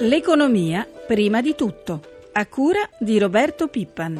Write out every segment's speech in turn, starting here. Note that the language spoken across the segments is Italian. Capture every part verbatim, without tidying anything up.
L'economia prima di tutto, a cura di Roberto Pippan.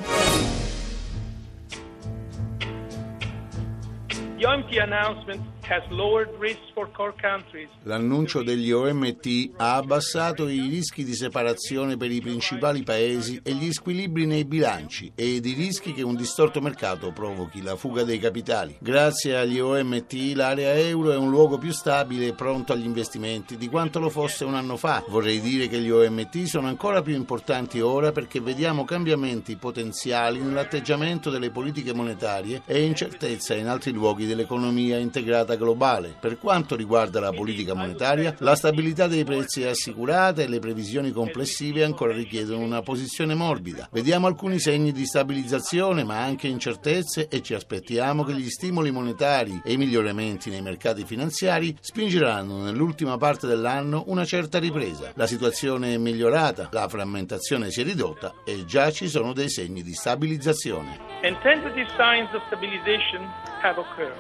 The O M T announcement has lowered risks for core countries. L'annuncio degli O M T ha abbassato i rischi di separazione per i principali paesi e gli squilibri nei bilanci ed i rischi che un distorto mercato provochi la fuga dei capitali. Grazie agli O M T l'area euro è un luogo più stabile e pronto agli investimenti di quanto lo fosse un anno fa. Vorrei dire che gli O M T sono ancora più importanti ora perché vediamo cambiamenti potenziali nell'atteggiamento delle politiche monetarie e incertezza in altri luoghi dell'economia integrata globale. Per quanto riguarda la politica monetaria, la stabilità dei prezzi è assicurata e le previsioni complessive ancora richiedono una posizione morbida. Vediamo alcuni segni di stabilizzazione, ma anche incertezze, e ci aspettiamo che gli stimoli monetari e i miglioramenti nei mercati finanziari spingeranno nell'ultima parte dell'anno una certa ripresa. La situazione è migliorata, la frammentazione si è ridotta e già ci sono dei segni di stabilizzazione. And tentative signs of stabilization have occurred.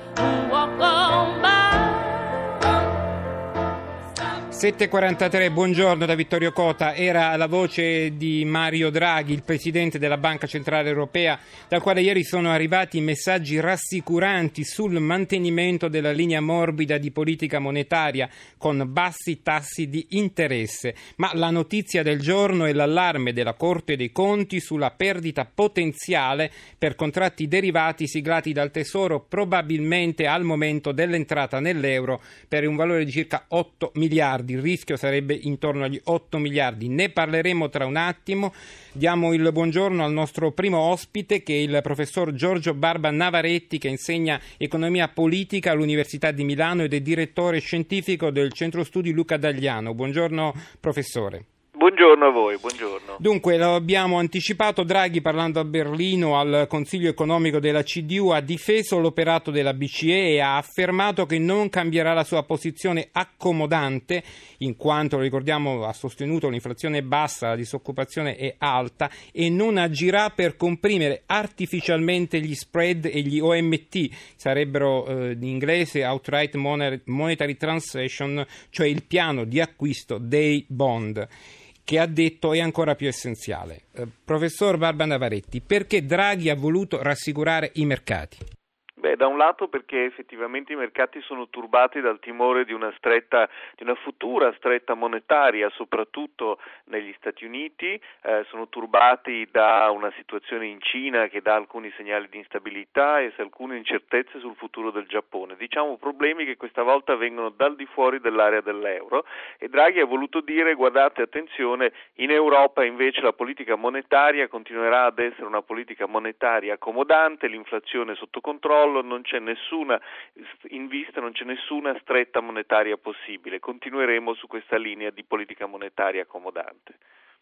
sette e quarantatré, buongiorno da Vittorio Cota. Era la voce di Mario Draghi, il presidente della Banca Centrale Europea, dal quale ieri sono arrivati messaggi rassicuranti sul mantenimento della linea morbida di politica monetaria con bassi tassi di interesse. Ma la notizia del giorno è l'allarme della Corte dei Conti sulla perdita potenziale per contratti derivati siglati dal Tesoro, probabilmente al momento dell'entrata nell'euro, per un valore di circa otto miliardi. Il rischio sarebbe intorno agli otto miliardi. Ne parleremo tra un attimo. Diamo il buongiorno al nostro primo ospite, che è il professor Giorgio Barba Navaretti, che insegna economia politica all'Università di Milano ed è direttore scientifico del Centro Studi Luca Dagliano. Buongiorno professore. Buongiorno a voi, buongiorno. Dunque, lo abbiamo anticipato, Draghi, parlando a Berlino al Consiglio economico della C D U, ha difeso l'operato della B C E e ha affermato che non cambierà la sua posizione accomodante, in quanto, lo ricordiamo, ha sostenuto l'inflazione è bassa, la disoccupazione è alta, e non agirà per comprimere artificialmente gli spread e gli O M T, sarebbero eh, in inglese outright monetary transaction, cioè il piano di acquisto dei bond, che ha detto è ancora più essenziale. Eh, professor Barba Navaretti, perché Draghi ha voluto rassicurare i mercati? Beh, da un lato perché effettivamente i mercati sono turbati dal timore di una stretta, di una futura stretta monetaria, soprattutto negli Stati Uniti, eh, sono turbati da una situazione in Cina che dà alcuni segnali di instabilità e alcune incertezze sul futuro del Giappone. Diciamo problemi che questa volta vengono dal di fuori dell'area dell'euro, e Draghi ha voluto dire: guardate, attenzione, in Europa invece la politica monetaria continuerà ad essere una politica monetaria accomodante, l'inflazione sotto controllo, non c'è nessuna in vista, non c'è nessuna stretta monetaria possibile. Continueremo su questa linea di politica monetaria accomodante.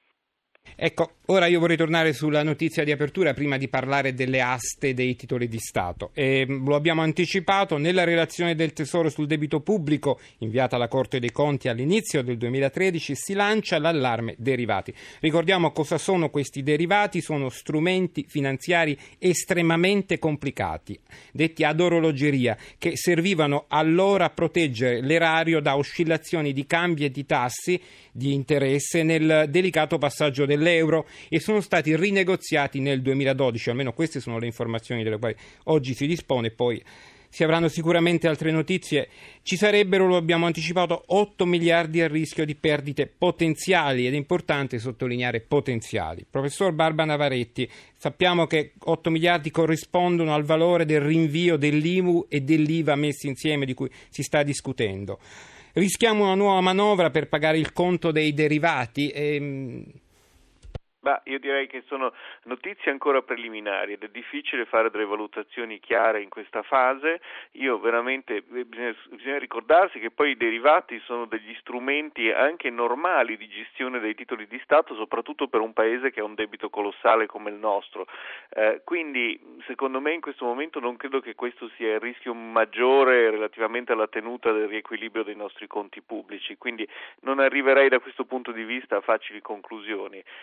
Ecco, ora io vorrei tornare sulla notizia di apertura prima di parlare delle aste dei titoli di Stato. E lo abbiamo anticipato nella relazione del Tesoro sul debito pubblico inviata alla Corte dei Conti all'inizio del duemilatredici, si lancia l'allarme derivati. Ricordiamo cosa sono questi derivati: sono strumenti finanziari estremamente complicati, detti ad orologeria, che servivano allora a proteggere l'erario da oscillazioni di cambi e di tassi di interesse nel delicato passaggio dell'euro, e sono stati rinegoziati nel duemiladodici, almeno queste sono le informazioni delle quali oggi si dispone. Poi si avranno sicuramente altre notizie. Ci sarebbero, lo abbiamo anticipato, otto miliardi a rischio di perdite potenziali, ed è importante sottolineare potenziali. Professor Barba Navaretti, sappiamo che otto miliardi corrispondono al valore del rinvio dell'I M U e dell'I V A messi insieme, di cui si sta discutendo. Rischiamo una nuova manovra per pagare il conto dei derivati? E... Beh, io direi che sono notizie ancora preliminari ed è difficile fare delle valutazioni chiare in questa fase. Io veramente bisogna, bisogna ricordarsi che poi i derivati sono degli strumenti anche normali di gestione dei titoli di Stato, soprattutto per un paese che ha un debito colossale come il nostro. Eh, quindi secondo me in questo momento non credo che questo sia il rischio maggiore relativamente alla tenuta del riequilibrio dei nostri conti pubblici, quindi non arriverei da questo punto di vista a facili conclusioni. È anche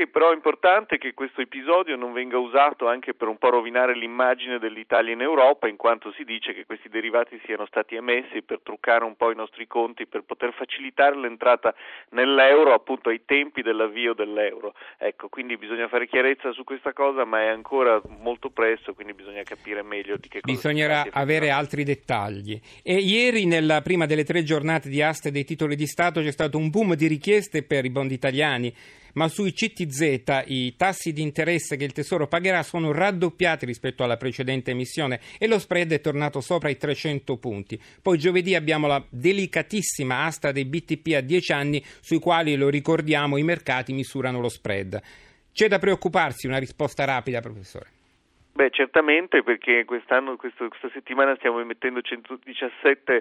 che però è importante che questo episodio non venga usato anche per un po' rovinare l'immagine dell'Italia in Europa, in quanto si dice che questi derivati siano stati emessi per truccare un po' i nostri conti, per poter facilitare l'entrata nell'euro appunto ai tempi dell'avvio dell'euro. Ecco, quindi bisogna fare chiarezza su questa cosa, ma è ancora molto presto, quindi bisogna capire meglio di che cosa bisognerà si tratta. avere altri dettagli. E ieri, nella prima delle tre giornate di aste dei titoli di Stato, c'è stato un boom di richieste per i bond italiani, ma sui C T Z i tassi di interesse che il Tesoro pagherà sono raddoppiati rispetto alla precedente emissione e lo spread è tornato sopra i trecento punti. Poi giovedì abbiamo la delicatissima asta dei B T P a dieci anni, sui quali, lo ricordiamo, i mercati misurano lo spread. C'è da preoccuparsi? Una risposta rapida, professore. Beh, certamente, perché quest'anno, questo, questa settimana stiamo emettendo centodiciassette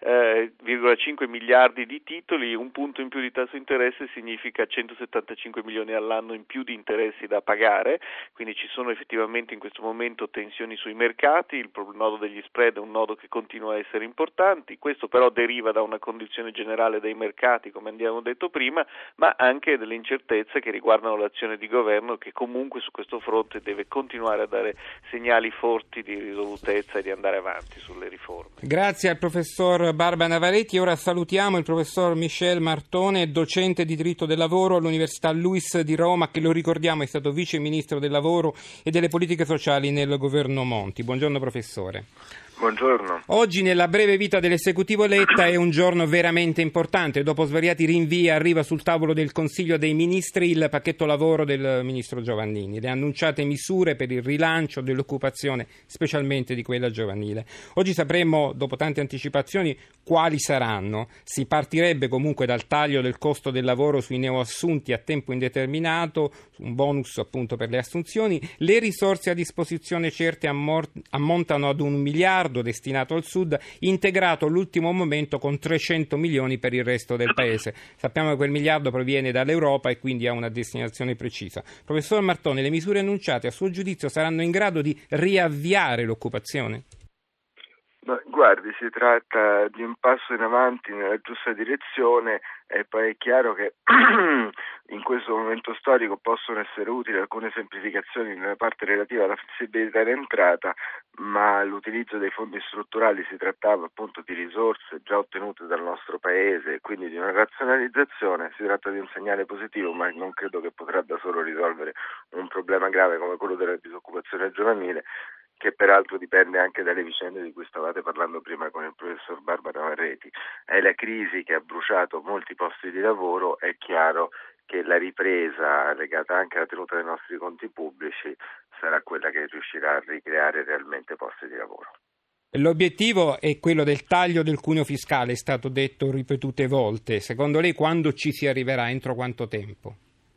virgola cinque miliardi di titoli, un punto in più di tasso interesse significa centosettantacinque milioni all'anno in più di interessi da pagare, quindi ci sono effettivamente in questo momento tensioni sui mercati, il nodo degli spread è un nodo che continua a essere importante, questo però deriva da una condizione generale dei mercati, come abbiamo detto prima, ma anche delle incertezze che riguardano l'azione di governo, che comunque su questo fronte deve continuare a dare segnali forti di risolutezza e di andare avanti sulle riforme. Grazie al professor Barba Navaretti. Ora salutiamo il professor Michel Martone, docente di diritto del lavoro all'Università Luis di Roma, che, lo ricordiamo, è stato vice ministro del lavoro e delle politiche sociali nel governo Monti. Buongiorno professore. Buongiorno. Oggi, nella breve vita dell'esecutivo Letta, è un giorno veramente importante. Dopo svariati rinvii arriva sul tavolo del Consiglio dei Ministri il pacchetto lavoro del ministro Giovannini, le annunciate misure per il rilancio dell'occupazione, specialmente di quella giovanile. Oggi sapremo, dopo tante anticipazioni, quali saranno. Si partirebbe comunque dal taglio del costo del lavoro sui neoassunti a tempo indeterminato, un bonus appunto per le assunzioni. Le risorse a disposizione certe ammontano ad un miliardo destinato al Sud, integrato all'ultimo momento con trecento milioni per il resto del paese. Sappiamo che quel miliardo proviene dall'Europa e quindi ha una destinazione precisa. Professor Martone, le misure annunciate a suo giudizio saranno in grado di riavviare l'occupazione? Ma, guardi, si tratta di un passo in avanti nella giusta direzione e poi è chiaro che in questo momento storico possono essere utili alcune semplificazioni nella parte relativa alla flessibilità in entrata, ma l'utilizzo dei fondi strutturali, si trattava appunto di risorse già ottenute dal nostro paese, quindi di una razionalizzazione. Si tratta di un segnale positivo, ma non credo che potrà da solo risolvere un problema grave come quello della disoccupazione giovanile, che peraltro dipende anche dalle vicende di cui stavate parlando prima con il professor Barba Navaretti. È la crisi che ha bruciato molti posti di lavoro, è chiaro che la ripresa legata anche alla tenuta dei nostri conti pubblici sarà quella che riuscirà a ricreare realmente posti di lavoro. L'obiettivo è quello del taglio del cuneo fiscale, è stato detto ripetute volte. Secondo lei quando ci si arriverà? Entro quanto tempo?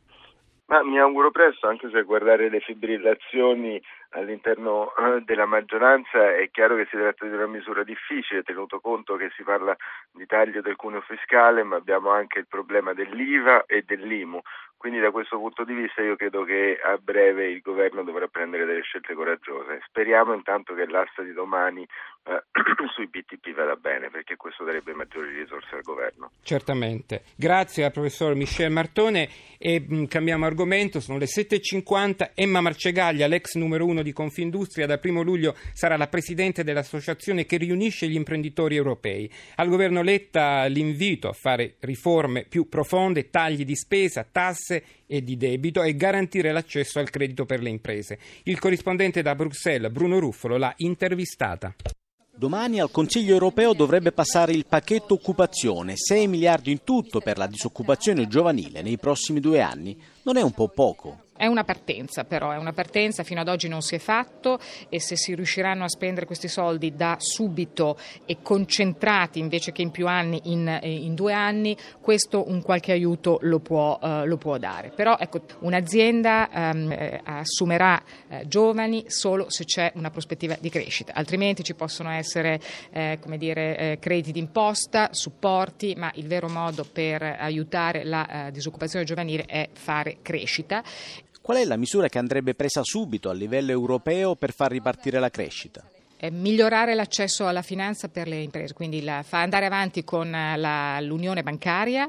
Ma mi auguro presto, anche se a guardare le fibrillazioni all'interno della maggioranza è chiaro che si tratta di una misura difficile, tenuto conto che si parla di taglio del cuneo fiscale, ma abbiamo anche il problema dell'I V A e dell'I M U. Quindi da questo punto di vista io credo che a breve il governo dovrà prendere delle scelte coraggiose. Speriamo intanto che l'asta di domani eh, sui B T P vada bene, perché questo darebbe maggiori risorse al governo. Certamente. Grazie al professor Michel Martone e mh, cambiamo argomento. Sono le sette e cinquanta. Emma Marcegaglia, l'ex numero uno di Confindustria, da primo luglio sarà la presidente dell'associazione che riunisce gli imprenditori europei. Al governo Letta l'invito a fare riforme più profonde, tagli di spesa, tasse e di debito e garantire l'accesso al credito per le imprese. Il corrispondente da Bruxelles, Bruno Ruffolo, l'ha intervistata. Domani al Consiglio europeo dovrebbe passare il pacchetto occupazione, sei miliardi in tutto per la disoccupazione giovanile nei prossimi due anni. Non è un po' poco? È una partenza però, è una partenza, fino ad oggi non si è fatto e se si riusciranno a spendere questi soldi da subito e concentrati invece che in più anni, in, in due anni, questo un qualche aiuto lo può, uh, lo può dare. Però ecco, un'azienda um, eh, assumerà eh, giovani solo se c'è una prospettiva di crescita, altrimenti ci possono essere eh, come dire, eh, crediti d'imposta, supporti, ma il vero modo per aiutare la uh, disoccupazione giovanile è fare crescita. Qual è la misura che andrebbe presa subito a livello europeo per far ripartire la crescita? Eh, migliorare l'accesso alla finanza per le imprese, quindi la, fa andare avanti con la, l'unione bancaria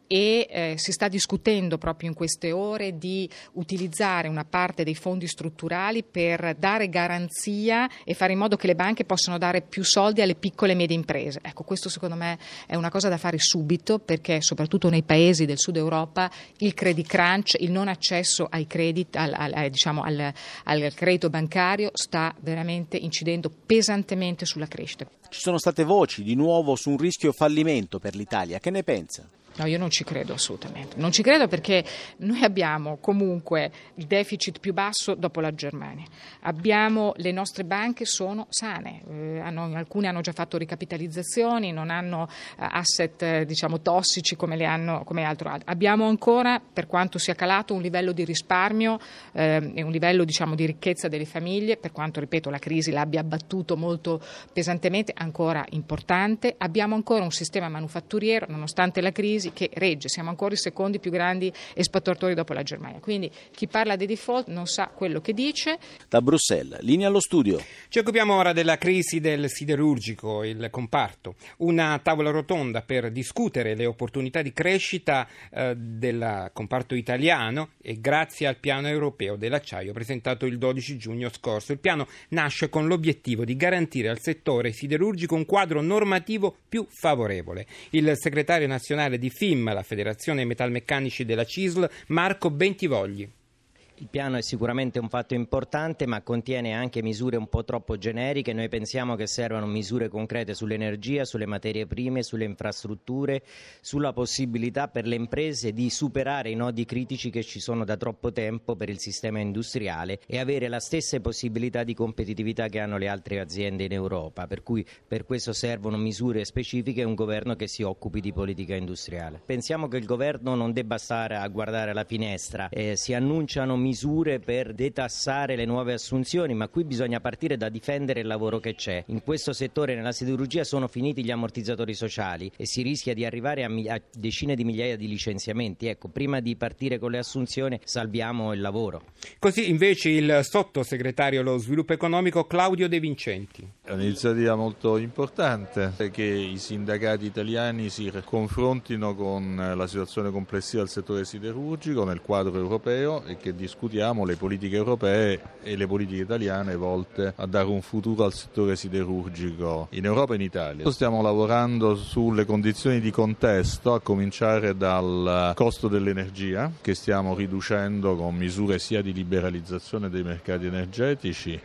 e eh, si sta discutendo proprio in queste ore di utilizzare una parte dei fondi strutturali per dare garanzia e fare in modo che le banche possano dare più soldi alle piccole e medie imprese. Ecco, questo secondo me è una cosa da fare subito, perché soprattutto nei paesi del sud Europa il credit crunch, il non accesso ai crediti, al, al, diciamo al, al credito bancario sta veramente incidendo pesantemente sulla crescita. Ci sono state voci di nuovo su un rischio fallimento per l'Italia, che ne pensa? No, io non ci credo assolutamente, non ci credo perché noi abbiamo comunque il deficit più basso dopo la Germania, abbiamo, le nostre banche sono sane, eh, hanno, alcune hanno già fatto ricapitalizzazioni, non hanno eh, asset eh, diciamo tossici come le hanno come altro, abbiamo ancora, per quanto sia calato, un livello di risparmio eh, e un livello diciamo di ricchezza delle famiglie, per quanto ripeto la crisi l'abbia abbattuto molto pesantemente, ancora importante, abbiamo ancora un sistema manufatturiero nonostante la crisi che regge, siamo ancora i secondi più grandi esportatori dopo la Germania, quindi chi parla di default non sa quello che dice. Da Bruxelles, linea allo studio. Ci occupiamo ora della crisi del siderurgico, il comparto, una tavola rotonda per discutere le opportunità di crescita eh, del comparto italiano e grazie al piano europeo dell'acciaio presentato il dodici giugno scorso. Il piano nasce con l'obiettivo di garantire al settore siderurgico un quadro normativo più favorevole. Il segretario nazionale di F I M, la Federazione Metalmeccanici della C I S L, Marco Bentivogli. Il piano è sicuramente un fatto importante, ma contiene anche misure un po' troppo generiche. Noi pensiamo che servano misure concrete sull'energia, sulle materie prime, sulle infrastrutture, sulla possibilità per le imprese di superare i nodi critici che ci sono da troppo tempo per il sistema industriale e avere le stesse possibilità di competitività che hanno le altre aziende in Europa. Per cui per questo servono misure specifiche e un governo che si occupi di politica industriale. Pensiamo che il governo non debba stare a guardare alla finestra, eh, si annunciano misure per detassare le nuove assunzioni, ma qui bisogna partire da difendere il lavoro che c'è. In questo settore, nella siderurgia, sono finiti gli ammortizzatori sociali e si rischia di arrivare a, miglia- a decine di migliaia di licenziamenti. Ecco, prima di partire con le assunzioni salviamo il lavoro. Così invece il sottosegretario allo sviluppo economico Claudio De Vincenti. È un'iniziativa molto importante che i sindacati italiani si confrontino con la situazione complessiva del settore siderurgico nel quadro europeo e che discutiamo le politiche europee e le politiche italiane volte a dare un futuro al settore siderurgico in Europa e in Italia. Stiamo lavorando sulle condizioni di contesto, a cominciare dal costo dell'energia, che stiamo riducendo con misure sia di liberalizzazione dei mercati energetici,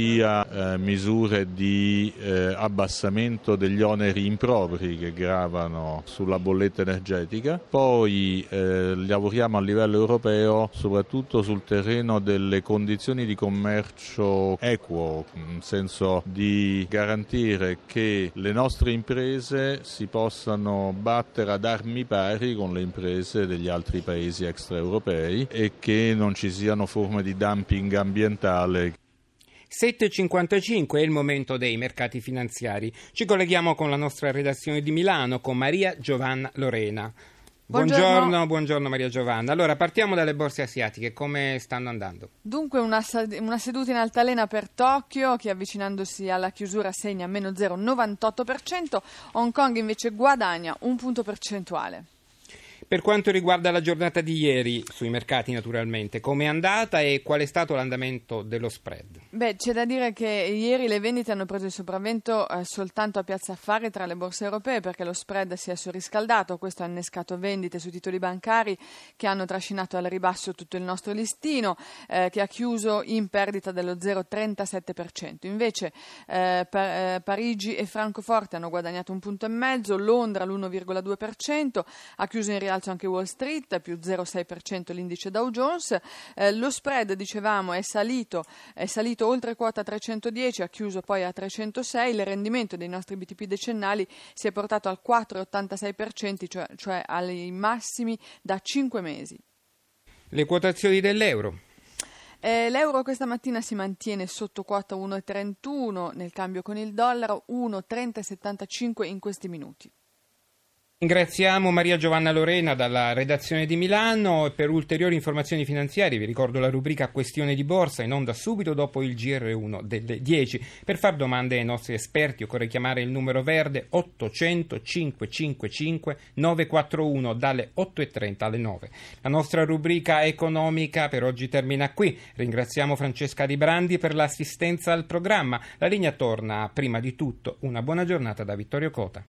sia eh, misure di eh, abbassamento degli oneri impropri che gravano sulla bolletta energetica. Poi eh, lavoriamo a livello europeo soprattutto sul terreno delle condizioni di commercio equo, nel senso di garantire che le nostre imprese si possano battere ad armi pari con le imprese degli altri paesi extraeuropei e che non ci siano forme di dumping ambientale. sette e cinquantacinque è il momento dei mercati finanziari. Ci colleghiamo con la nostra redazione di Milano con Maria Giovanna Lorena. Buongiorno. buongiorno, buongiorno Maria Giovanna. Allora partiamo dalle borse asiatiche, come stanno andando? Dunque una, una seduta in altalena per Tokyo che avvicinandosi alla chiusura segna meno zero virgola novantotto per cento, Hong Kong invece guadagna un punto percentuale. Per quanto riguarda la giornata di ieri sui mercati naturalmente, come è andata e qual è stato l'andamento dello spread? Beh, c'è da dire che ieri le vendite hanno preso il sopravvento eh, soltanto a Piazza Affari tra le borse europee perché lo spread si è surriscaldato, questo ha innescato vendite sui titoli bancari che hanno trascinato al ribasso tutto il nostro listino eh, che ha chiuso in perdita dello zero virgola trentasette per cento. Invece eh, pa- eh, Parigi e Francoforte hanno guadagnato un punto e mezzo, Londra l'uno virgola due per cento, ha chiuso in rialzo anche Wall Street, più zero virgola sei per cento l'indice Dow Jones, eh, lo spread dicevamo è salito, è salito oltre quota trecentodieci, ha chiuso poi a trecentosei, il rendimento dei nostri B T P decennali si è portato al quattro virgola ottantasei per cento, cioè, cioè ai massimi da cinque mesi. Le quotazioni dell'euro? Eh, l'euro questa mattina si mantiene sotto quota uno virgola trentuno, nel cambio con il dollaro uno virgola trenta settantacinque in questi minuti. Ringraziamo Maria Giovanna Lorena dalla redazione di Milano. E per ulteriori informazioni finanziarie vi ricordo la rubrica Questione di Borsa, in onda subito dopo il G R uno delle dieci. Per far domande ai nostri esperti occorre chiamare il numero verde ottocento cinquecentocinquantacinque novecentoquarantuno dalle otto e trenta alle nove. La nostra rubrica economica per oggi termina qui. Ringraziamo Francesca Di Brandi per l'assistenza al programma. La linea torna prima di tutto. Una buona giornata da Vittorio Cota.